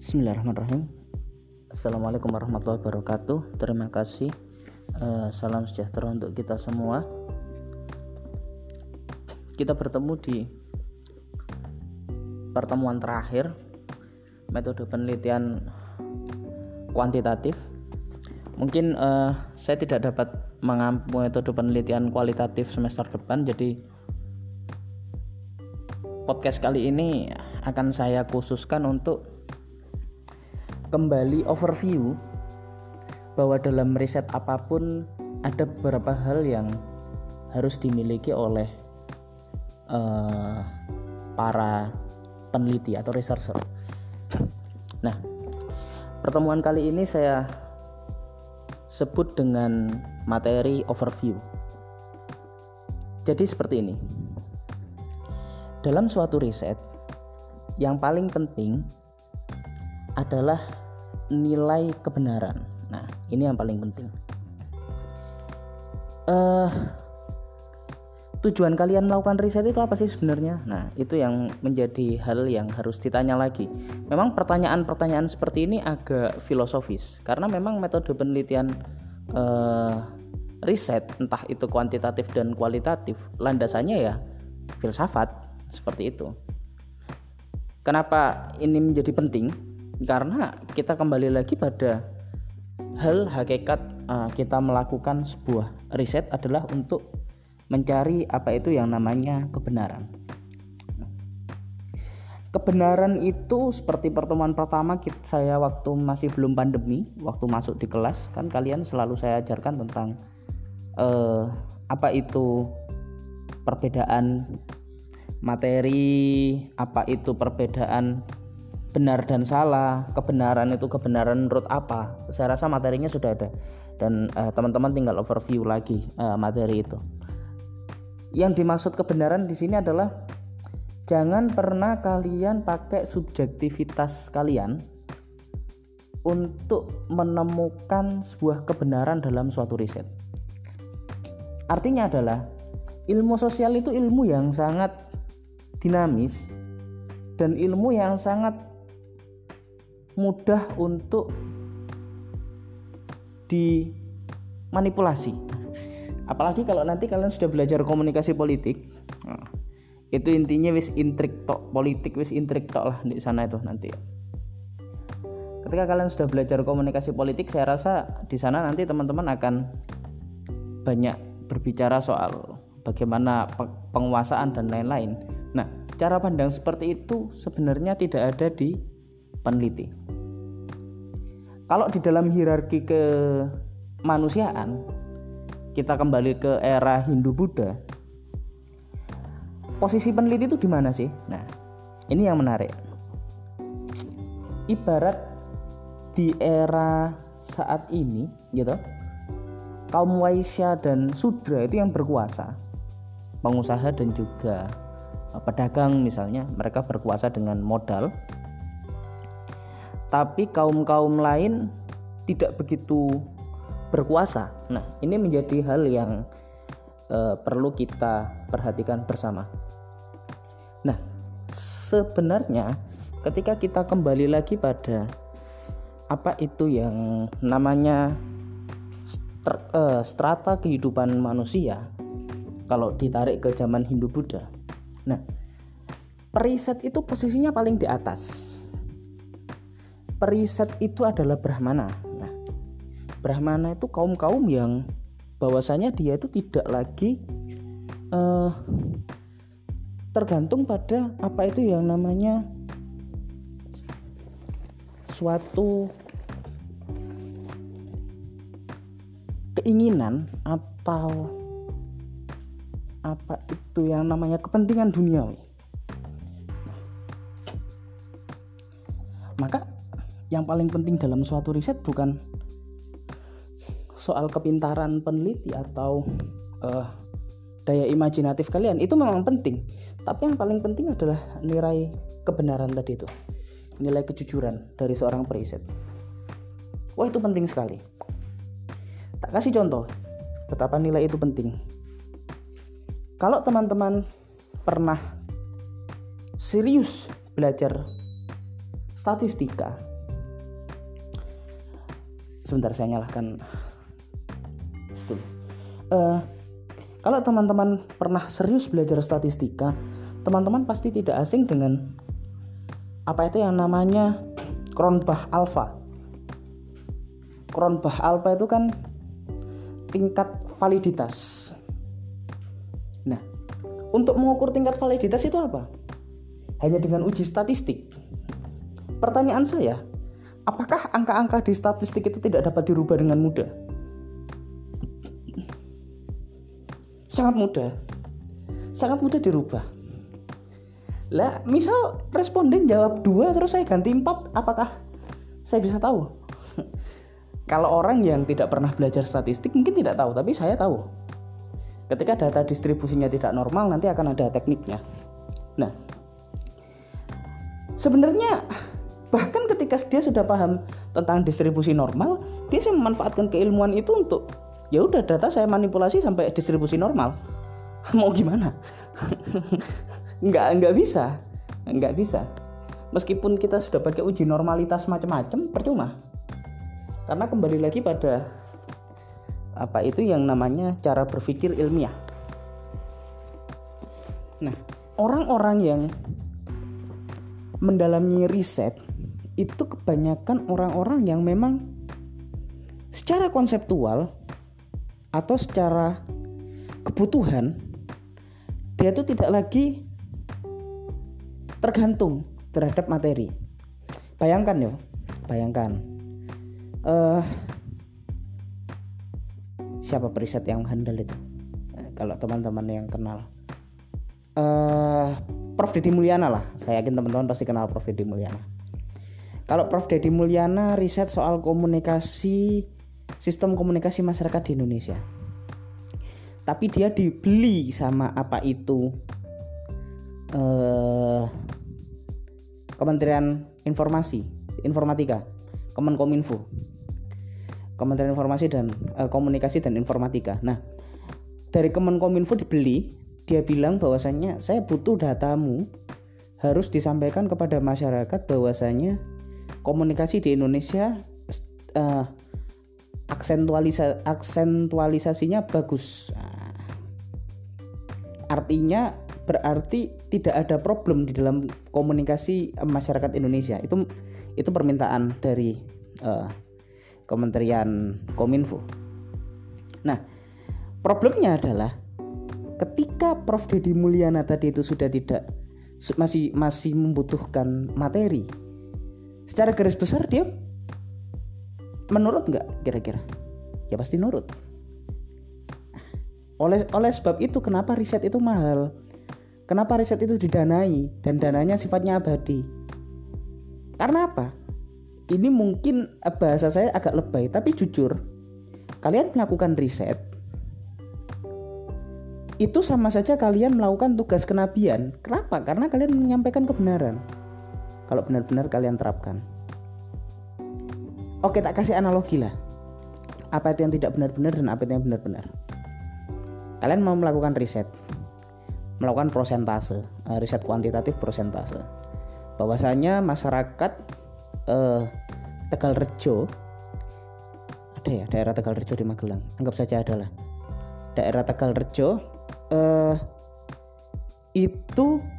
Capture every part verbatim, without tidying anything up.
Bismillahirrahmanirrahim. Assalamualaikum warahmatullahi wabarakatuh. Terima kasih. uh, Salam sejahtera untuk kita semua. Kita bertemu di pertemuan terakhir metode penelitian kuantitatif. Mungkin uh, saya tidak dapat mengampu metode penelitian kualitatif semester depan, jadi podcast kali ini akan saya khususkan untuk kembali overview bahwa dalam riset apapun ada beberapa hal yang harus dimiliki oleh uh, para peneliti atau researcher. Nah, pertemuan kali ini saya sebut dengan materi overview. Jadi seperti ini. Dalam suatu riset, yang paling penting adalah nilai kebenaran. Nah, ini yang paling penting. Uh, tujuan kalian melakukan riset itu apa sih sebenarnya? Nah, itu yang menjadi hal yang harus ditanya lagi. Memang pertanyaan-pertanyaan seperti ini agak filosofis, karena memang metode penelitian uh, riset, entah itu kuantitatif dan kualitatif, landasannya ya filsafat, seperti itu. Kenapa ini menjadi penting? Karena kita kembali lagi pada hal hakikat uh, kita melakukan sebuah riset adalah untuk mencari apa itu yang namanya kebenaran. Kebenaran itu seperti pertemuan pertama kita, saya waktu masih belum pandemi, waktu masuk di kelas kan kalian selalu saya ajarkan tentang uh, apa itu perbedaan materi, apa itu perbedaan benar dan salah, kebenaran itu kebenaran menurut apa. Saya rasa materinya sudah ada dan uh, teman-teman tinggal overview lagi uh, materi itu. Yang dimaksud kebenaran di sini adalah jangan pernah kalian pakai subjektivitas kalian untuk menemukan sebuah kebenaran dalam suatu riset. Artinya adalah ilmu sosial itu ilmu yang sangat dinamis dan ilmu yang sangat mudah untuk dimanipulasi. Apalagi kalau nanti kalian sudah belajar komunikasi politik, nah, itu intinya wis intrik tok, politik wis intrik tok lah di sana itu nanti. Ketika kalian sudah belajar komunikasi politik, saya rasa di sana nanti teman-teman akan banyak berbicara soal bagaimana penguasaan dan lain-lain. Nah, cara pandang seperti itu sebenarnya tidak ada di peneliti. Kalau di dalam hierarki kemanusiaan, kita kembali ke era Hindu-Buddha, posisi peneliti itu di mana sih? Nah, ini yang menarik. Ibarat di era saat ini, gitu, kaum Waisya dan Sudra itu yang berkuasa, pengusaha dan juga pedagang misalnya, mereka berkuasa dengan modal. Tapi kaum-kaum lain tidak begitu berkuasa. Nah, ini menjadi hal yang uh, perlu kita perhatikan bersama. Nah, sebenarnya ketika kita kembali lagi pada apa itu yang namanya str- uh, strata kehidupan manusia, kalau ditarik ke zaman Hindu-Buddha. Nah, periset itu posisinya paling di atas. Periset itu adalah Brahmana. Nah, Brahmana itu kaum-kaum yang bahwasanya dia itu tidak lagi uh, tergantung pada apa itu yang namanya suatu keinginan atau apa itu yang namanya kepentingan duniawi. Nah, maka yang paling penting dalam suatu riset bukan soal kepintaran peneliti atau uh, daya imajinatif kalian, itu memang penting. Tapi yang paling penting adalah nilai kebenaran tadi itu, nilai kejujuran dari seorang periset. Wah, itu penting sekali. Tak kasih contoh betapa nilai itu penting. Kalau teman-teman pernah serius belajar statistika, sebentar saya nyalakan dulu. Uh, kalau teman-teman pernah serius belajar statistika, teman-teman pasti tidak asing dengan apa itu yang namanya Cronbach alpha. Cronbach alpha itu kan tingkat validitas. Nah, untuk mengukur tingkat validitas itu apa? Hanya dengan uji statistik. Pertanyaan saya, apakah angka-angka di statistik itu tidak dapat dirubah dengan mudah? Sangat mudah. Sangat mudah dirubah. Lah, misal responden jawab dua terus saya ganti empat, apakah saya bisa tahu? Kalau orang yang tidak pernah belajar statistik mungkin tidak tahu, tapi saya tahu. Ketika data distribusinya tidak normal, nanti akan ada tekniknya. Nah, sebenarnya bahkan ketika dia sudah paham tentang distribusi normal, dia bisa memanfaatkan keilmuan itu untuk ya udah data saya manipulasi sampai distribusi normal. Mau gimana? nggak nggak bisa, nggak bisa. Meskipun kita sudah pakai uji normalitas macam-macam, percuma. Karena kembali lagi pada apa itu yang namanya cara berpikir ilmiah. Nah, orang-orang yang mendalami riset itu kebanyakan orang-orang yang memang secara konseptual atau secara kebutuhan dia itu tidak lagi tergantung terhadap materi. Bayangkan ya, bayangkan uh, siapa periset yang handal itu? Uh, kalau teman-teman yang kenal, uh, Prof Deddy Mulyana lah. Saya yakin teman-teman pasti kenal Prof Deddy Mulyana. Kalau Prof Deddy Mulyana riset soal komunikasi, sistem komunikasi masyarakat di Indonesia. Tapi dia dibeli sama apa itu eh, Kementerian Informasi, Informatika, Kemenkominfo, Kementerian Informasi dan eh, Komunikasi dan Informatika. Nah, dari Kemenkominfo dibeli, dia bilang bahwasannya saya butuh datamu harus disampaikan kepada masyarakat bahwasannya komunikasi di Indonesia uh, aksentualisa, aksentualisasinya bagus. Nah, artinya berarti tidak ada problem di dalam komunikasi masyarakat Indonesia. Itu itu permintaan dari uh, Kementerian Kominfo. Nah, problemnya adalah ketika Prof Deddy Mulyana tadi itu sudah tidak masih masih membutuhkan materi. Secara garis besar dia menurut nggak kira-kira? Ya pasti nurut. Oleh oleh sebab itu kenapa riset itu mahal? Kenapa riset itu didanai dan dananya sifatnya abadi? Karena apa? Ini mungkin bahasa saya agak lebay, tapi jujur, kalian melakukan riset itu sama saja kalian melakukan tugas kenabian. Kenapa? Karena kalian menyampaikan kebenaran. Kalau benar-benar kalian terapkan. Oke, tak kasih analogi lah. Apa itu yang tidak benar-benar dan apa itu yang benar-benar. Kalian mau melakukan riset, melakukan prosentase, riset kuantitatif prosentase. Bahwasanya masyarakat eh, Tegalrejo, ada ya daerah Tegalrejo di Magelang. Anggap saja adalah daerah Tegalrejo eh, itu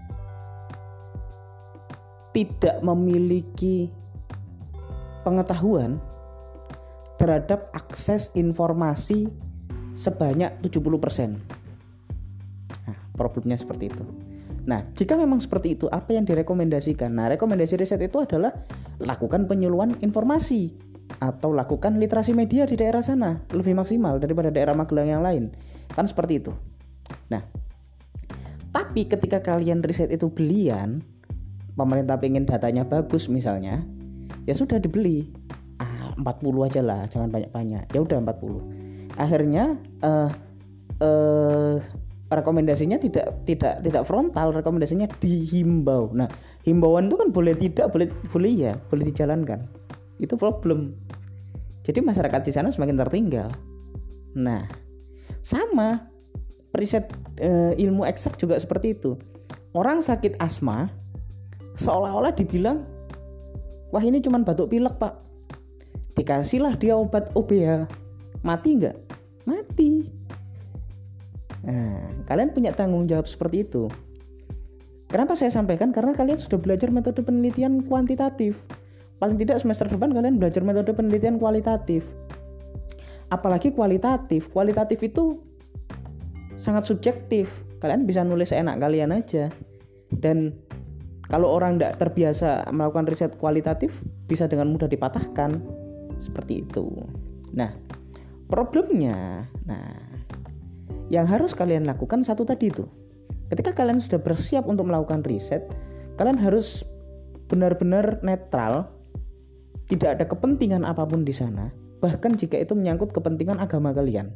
tidak memiliki pengetahuan terhadap akses informasi sebanyak tujuh puluh persen. Nah, problemnya seperti itu. Nah, jika memang seperti itu, apa yang direkomendasikan? Nah, rekomendasi riset itu adalah lakukan penyuluhan informasi atau lakukan literasi media di daerah sana lebih maksimal daripada daerah Magelang yang lain. Kan seperti itu. Nah, tapi ketika kalian riset itu belian, pemerintah pengen datanya bagus misalnya, ya sudah dibeli. Ah, empat puluh aja lah, jangan banyak-banyak. Ya udah empat puluh. Akhirnya eh uh, uh, rekomendasinya tidak tidak tidak frontal, rekomendasinya dihimbau. Nah, himbauan itu kan boleh tidak, boleh boleh ya, boleh dijalankan. Itu problem. Jadi masyarakat di sana semakin tertinggal. Nah, sama riset uh, ilmu eksak juga seperti itu. Orang sakit asma seolah-olah dibilang, wah ini cuma batuk pilek pak. dikasihlah dia obat O B H, mati nggak? Mati. Nah, kalian punya tanggung jawab seperti itu. Kenapa saya sampaikan? Karena kalian sudah belajar metode penelitian kuantitatif. Paling tidak semester depan kalian belajar metode penelitian kualitatif. Apalagi kualitatif. Kualitatif itu sangat subjektif. Kalian bisa nulis enak kalian aja. Dan kalau orang tidak terbiasa melakukan riset kualitatif, bisa dengan mudah dipatahkan. Seperti itu. Nah, problemnya, nah, yang harus kalian lakukan satu tadi itu. Ketika kalian sudah bersiap untuk melakukan riset, kalian harus benar-benar netral, tidak ada kepentingan apapun di sana, bahkan jika itu menyangkut kepentingan agama kalian.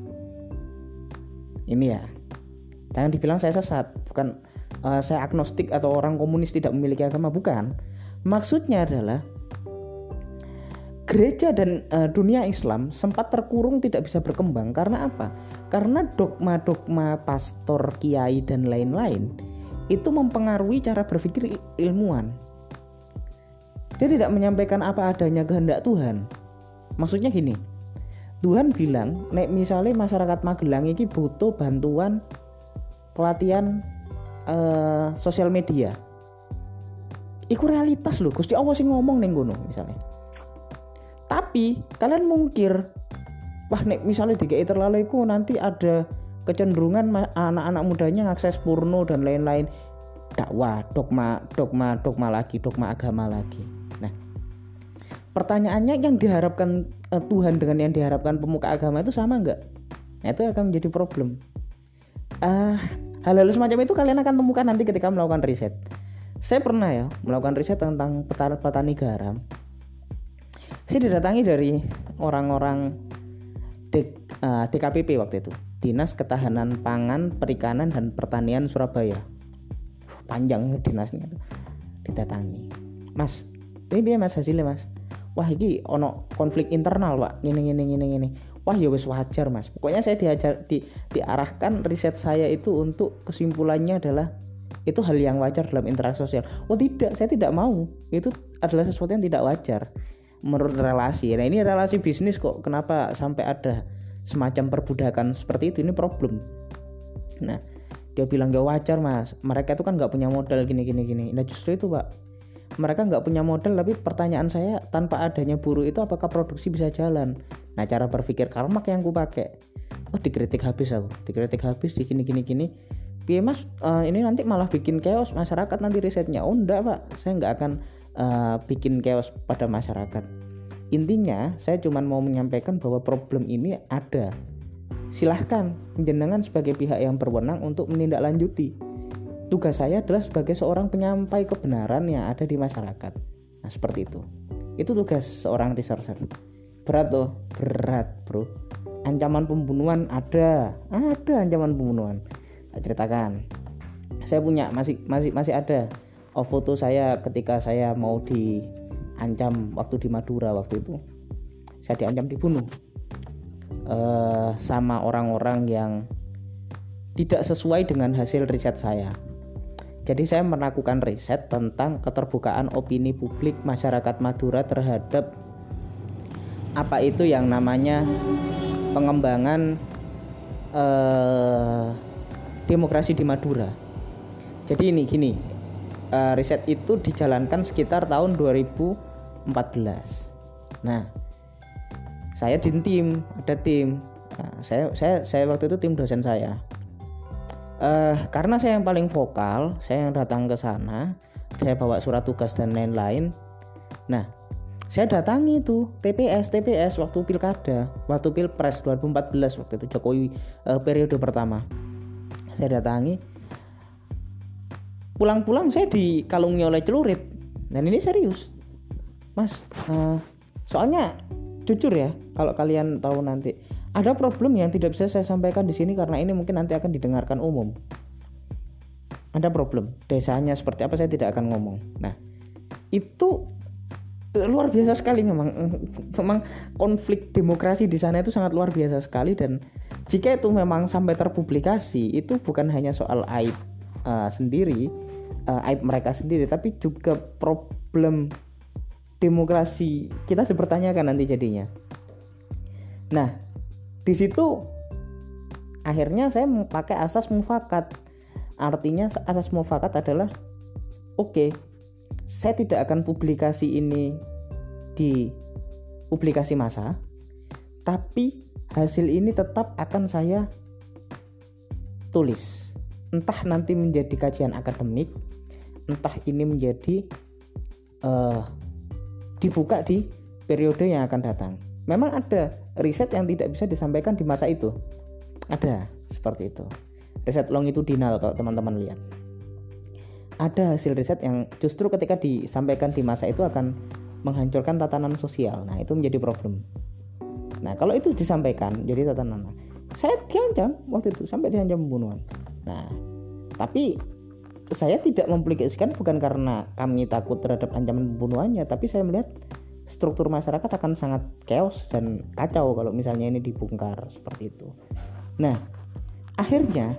Ini ya, jangan dibilang saya sesat, bukan uh, saya agnostik atau orang komunis tidak memiliki agama, bukan. Maksudnya adalah gereja dan uh, dunia Islam sempat terkurung, tidak bisa berkembang. Karena apa? Karena dogma-dogma pastor, kiai, dan lain-lain itu mempengaruhi cara berpikir ilmuwan. Dia tidak menyampaikan apa adanya kehendak Tuhan. Maksudnya gini, Tuhan bilang, nek misalnya masyarakat Magelang ini butuh bantuan pelatihan uh, sosial media. Iku realitas loh, Gusti Allah sing ngomong ning ngono misalnya. Tapi kalian mungkir, wah nek misalnya D K I terlalu itu nanti ada kecenderungan anak-anak mudanya ngakses porno dan lain-lain. Dakwah, dogma, dogma, dogma lagi, dogma agama lagi. Nah, pertanyaannya yang diharapkan eh, Tuhan dengan yang diharapkan pemuka agama itu sama nggak? Nah, itu akan menjadi problem. Uh, hal-hal semacam itu kalian akan temukan nanti ketika melakukan riset. Saya pernah ya melakukan riset tentang petani, petani garam. Saya didatangi dari orang-orang D, uh, D K P P waktu itu, Dinas Ketahanan Pangan, Perikanan dan Pertanian Surabaya. Panjang dinasnya itu. Didatangi, Mas, ini biar Mas hasilnya Mas. Wah ini ono konflik internal Pak, gini gini gini gini. Wah ya wis wajar Mas. Pokoknya saya diajar, di, diarahkan riset saya itu untuk kesimpulannya adalah itu hal yang wajar dalam interaksi sosial. Oh tidak, saya tidak mau. Itu adalah sesuatu yang tidak wajar menurut relasi. Nah ini relasi bisnis kok, kenapa sampai ada semacam perbudakan seperti itu? Ini problem. Nah dia bilang gak wajar Mas, mereka itu kan gak punya modal gini gini gini. Nah justru itu Pak, mereka gak punya modal, tapi pertanyaan saya, tanpa adanya buruh itu apakah produksi bisa jalan? Nah cara berpikir Karl Marx yang ku pakai. Oh dikritik habis aku, dikritik habis di gini gini gini. Piye Mas, uh, ini nanti malah bikin chaos masyarakat nanti risetnya. Oh enggak Pak, saya enggak akan uh, bikin chaos pada masyarakat. Intinya saya cuma mau menyampaikan bahwa problem ini ada. Silahkan jenengan sebagai pihak yang berwenang untuk menindaklanjuti. Tugas saya adalah sebagai seorang penyampai kebenaran yang ada di masyarakat. Nah seperti itu. Itu tugas seorang researcher. Berat loh, berat bro. Ancaman pembunuhan ada, ada ancaman pembunuhan. Tak ceritakan, saya punya masih masih masih ada oh, foto saya ketika saya mau diancam waktu di Madura. Waktu itu saya diancam dibunuh uh, sama orang-orang yang tidak sesuai dengan hasil riset saya. Jadi saya melakukan riset tentang keterbukaan opini publik masyarakat Madura terhadap apa itu yang namanya pengembangan uh, demokrasi di Madura. Jadi ini gini, uh, riset itu dijalankan sekitar tahun dua ribu empat belas. Nah, saya di tim, ada tim. Nah, saya saya saya waktu itu tim dosen saya. Uh, karena saya yang paling vokal, saya yang datang ke sana, saya bawa surat tugas dan lain-lain. Nah, saya datangi itu T P S T P S waktu pilkada, waktu pilpres dua ribu empat belas waktu itu Jokowi uh, periode pertama. Saya datangi, pulang-pulang saya dikalungi oleh celurit. Dan ini serius Mas, uh, soalnya jujur ya, kalau kalian tahu nanti ada problem yang tidak bisa saya sampaikan di sini karena ini mungkin nanti akan didengarkan umum. Ada problem, desanya seperti apa saya tidak akan ngomong. Nah itu luar biasa sekali memang, memang konflik demokrasi di sana itu sangat luar biasa sekali. Dan jika itu memang sampai terpublikasi, itu bukan hanya soal aib uh, sendiri, uh, aib mereka sendiri, tapi juga problem demokrasi kita dipertanyakan nanti jadinya. Nah, di situ akhirnya saya pakai asas mufakat. Artinya asas mufakat adalah oke, okay, saya tidak akan publikasi ini di publikasi massa, tapi hasil ini tetap akan saya tulis. Entah nanti menjadi kajian akademik, entah ini menjadi uh, dibuka di periode yang akan datang. Memang ada riset yang tidak bisa disampaikan di masa itu. Ada seperti itu. Riset longitudinal kalau teman-teman lihat. Ada hasil riset yang justru ketika disampaikan di masa itu akan menghancurkan tatanan sosial. Nah, itu menjadi problem. Nah, kalau itu disampaikan jadi tatanan. Saya diancam waktu itu sampai diancam pembunuhan. Nah, tapi saya tidak mempublikasikan bukan karena kami takut terhadap ancaman pembunuhannya, tapi saya melihat struktur masyarakat akan sangat chaos dan kacau kalau misalnya ini dibongkar seperti itu. Nah, akhirnya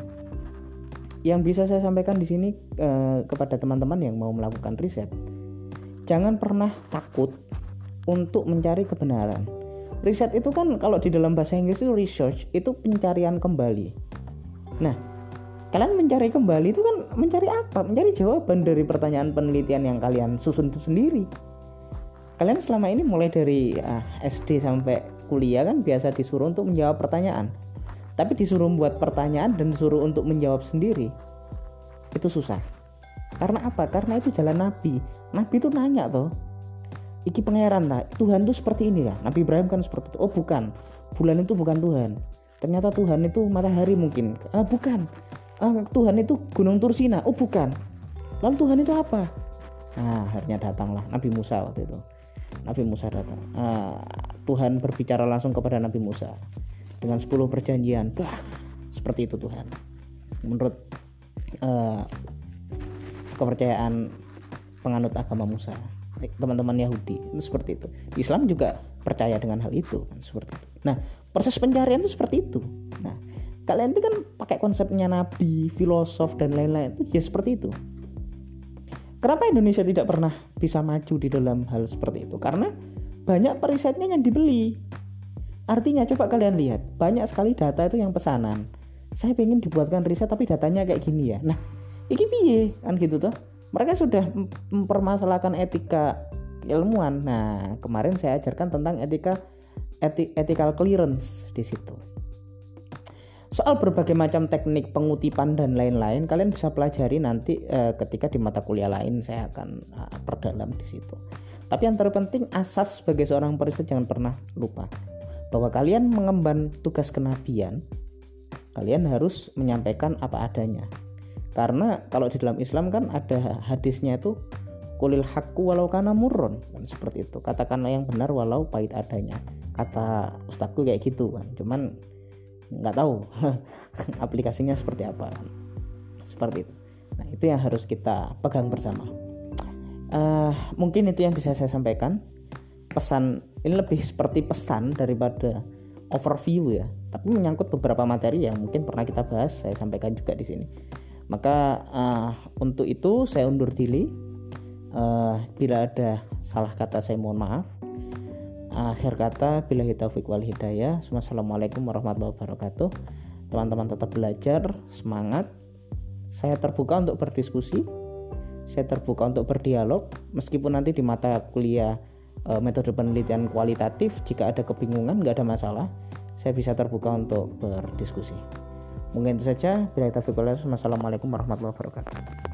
yang bisa saya sampaikan di sini eh, kepada teman-teman yang mau melakukan riset, jangan pernah takut untuk mencari kebenaran. Riset itu kan kalau di dalam bahasa Inggris itu research, itu pencarian kembali. Nah, kalian mencari kembali itu kan mencari apa? Mencari jawaban dari pertanyaan penelitian yang kalian susun itu sendiri. Kalian selama ini mulai dari uh, S D sampai kuliah kan biasa disuruh untuk menjawab pertanyaan. Tapi disuruh buat pertanyaan dan disuruh untuk menjawab sendiri, itu susah. Karena apa? Karena itu jalan Nabi. Nabi itu nanya toh, iki pangeran lah, Tuhan itu seperti ini ya. Nabi Ibrahim kan seperti itu. Oh bukan, bulan itu bukan Tuhan. Ternyata Tuhan itu matahari mungkin. Ah bukan. Ah, Tuhan itu Gunung Tursina. Oh bukan. Lalu Tuhan itu apa? Nah, akhirnya datanglah Nabi Musa waktu itu. Nabi Musa datang. Ah, Tuhan berbicara langsung kepada Nabi Musa dengan sepuluh perjanjian. Bah, seperti itu Tuhan. Menurut uh, kepercayaan penganut agama Musa, teman-teman Yahudi itu seperti itu. Islam juga percaya dengan hal itu kan, seperti itu. Nah, proses pencarian itu seperti itu. Nah, kalian itu kan pakai konsepnya nabi, filosof dan lain-lain itu ya seperti itu. Kenapa Indonesia tidak pernah bisa maju di dalam hal seperti itu? Karena banyak perisetnya yang dibeli. Artinya coba kalian lihat, banyak sekali data itu yang pesanan. Saya pengen dibuatkan riset tapi datanya kayak gini ya. Nah, iki piye kan gitu tuh. Mereka sudah mempermasalahkan etika ilmuwan. Nah, kemarin saya ajarkan tentang etika eti, ethical clearance di situ. Soal berbagai macam teknik pengutipan dan lain-lain kalian bisa pelajari nanti eh, ketika di mata kuliah lain saya akan eh, perdalam di situ. Tapi yang terpenting asas sebagai seorang periset jangan pernah lupa bahwa kalian mengemban tugas kenabian, kalian harus menyampaikan apa adanya. Karena kalau di dalam Islam kan ada hadisnya itu qulil haqqu walau kana murrun, kan seperti itu. Katakanlah yang benar walau pahit adanya. Kata ustadzku kayak gitu kan. Cuman nggak tahu aplikasinya seperti apa kan. Seperti itu. Nah, itu yang harus kita pegang bersama. Uh, mungkin itu yang bisa saya sampaikan. Pesan ini lebih seperti pesan daripada overview ya, tapi menyangkut beberapa materi yang mungkin pernah kita bahas, saya sampaikan juga di sini. Maka uh, untuk itu saya undur diri. Uh, bila ada salah kata saya mohon maaf. Akhir kata billahi taufiq wal hidayah. Wassalamualaikum warahmatullahi wabarakatuh. Teman-teman tetap belajar, semangat. Saya terbuka untuk berdiskusi. Saya terbuka untuk berdialog meskipun nanti di mata kuliah e, metode penelitian kualitatif jika ada kebingungan nggak ada masalah, saya bisa terbuka untuk berdiskusi. Mungkin itu saja. Billahi taufiq wal hidayah. Wassalamualaikum warahmatullahi wabarakatuh.